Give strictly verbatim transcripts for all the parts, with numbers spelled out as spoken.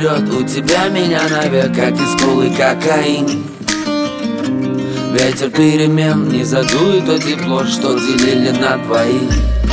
вперед, у тебя меня навек, как из колы кокаин. Ветер перемен не задует то тепло, что делили на двоих.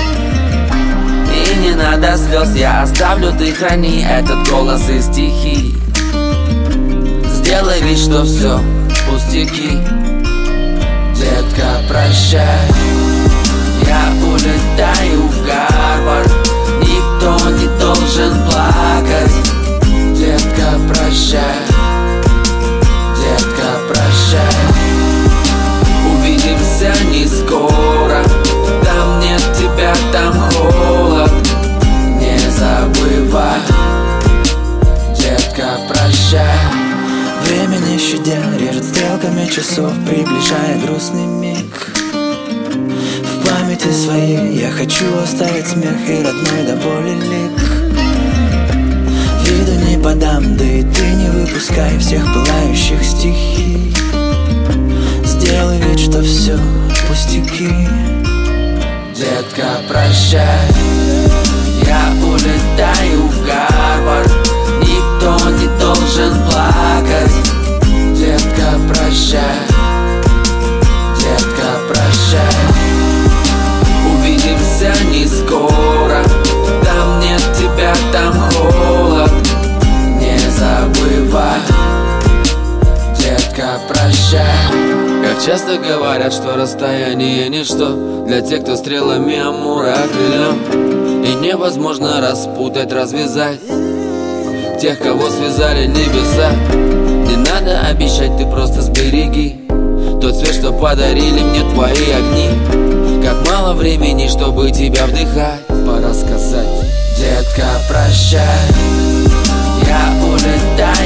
И не надо слез, я оставлю, ты храни этот голос и стихи. Сделай вид, что все пустяки. Детка, прощай, я улетаю в Гарвард. Никто не должен плакать. Детка, прощай, детка, прощай. Увидимся не скоро. Там нет тебя, там холод. Не забывай, детка, прощай. Время не щадя, режет стрелками часов, приближая грустный миг. В памяти своей я хочу оставить смех и родной до боли лик. Виду не подам, да и ты не выпускай всех пылающих стихий. Сделай вид, что все пустяки. Детка, прощай, я улетаю в Гарвард. Никто не должен плакать. Детка, прощай, детка, прощай. Увидимся не скоро. Там нет тебя, там холод. Не забывай, детка, прощай. Как часто говорят, что расстояние ничто для тех, кто стрелами Амура окрылен. И невозможно распутать, развязать тех, кого связали небеса. Не надо обещать, ты просто сбереги тот свет, что подарили мне твои огни. Как мало времени, чтобы тебя вдыхать, пора сказать: детка, прощай, я улетаю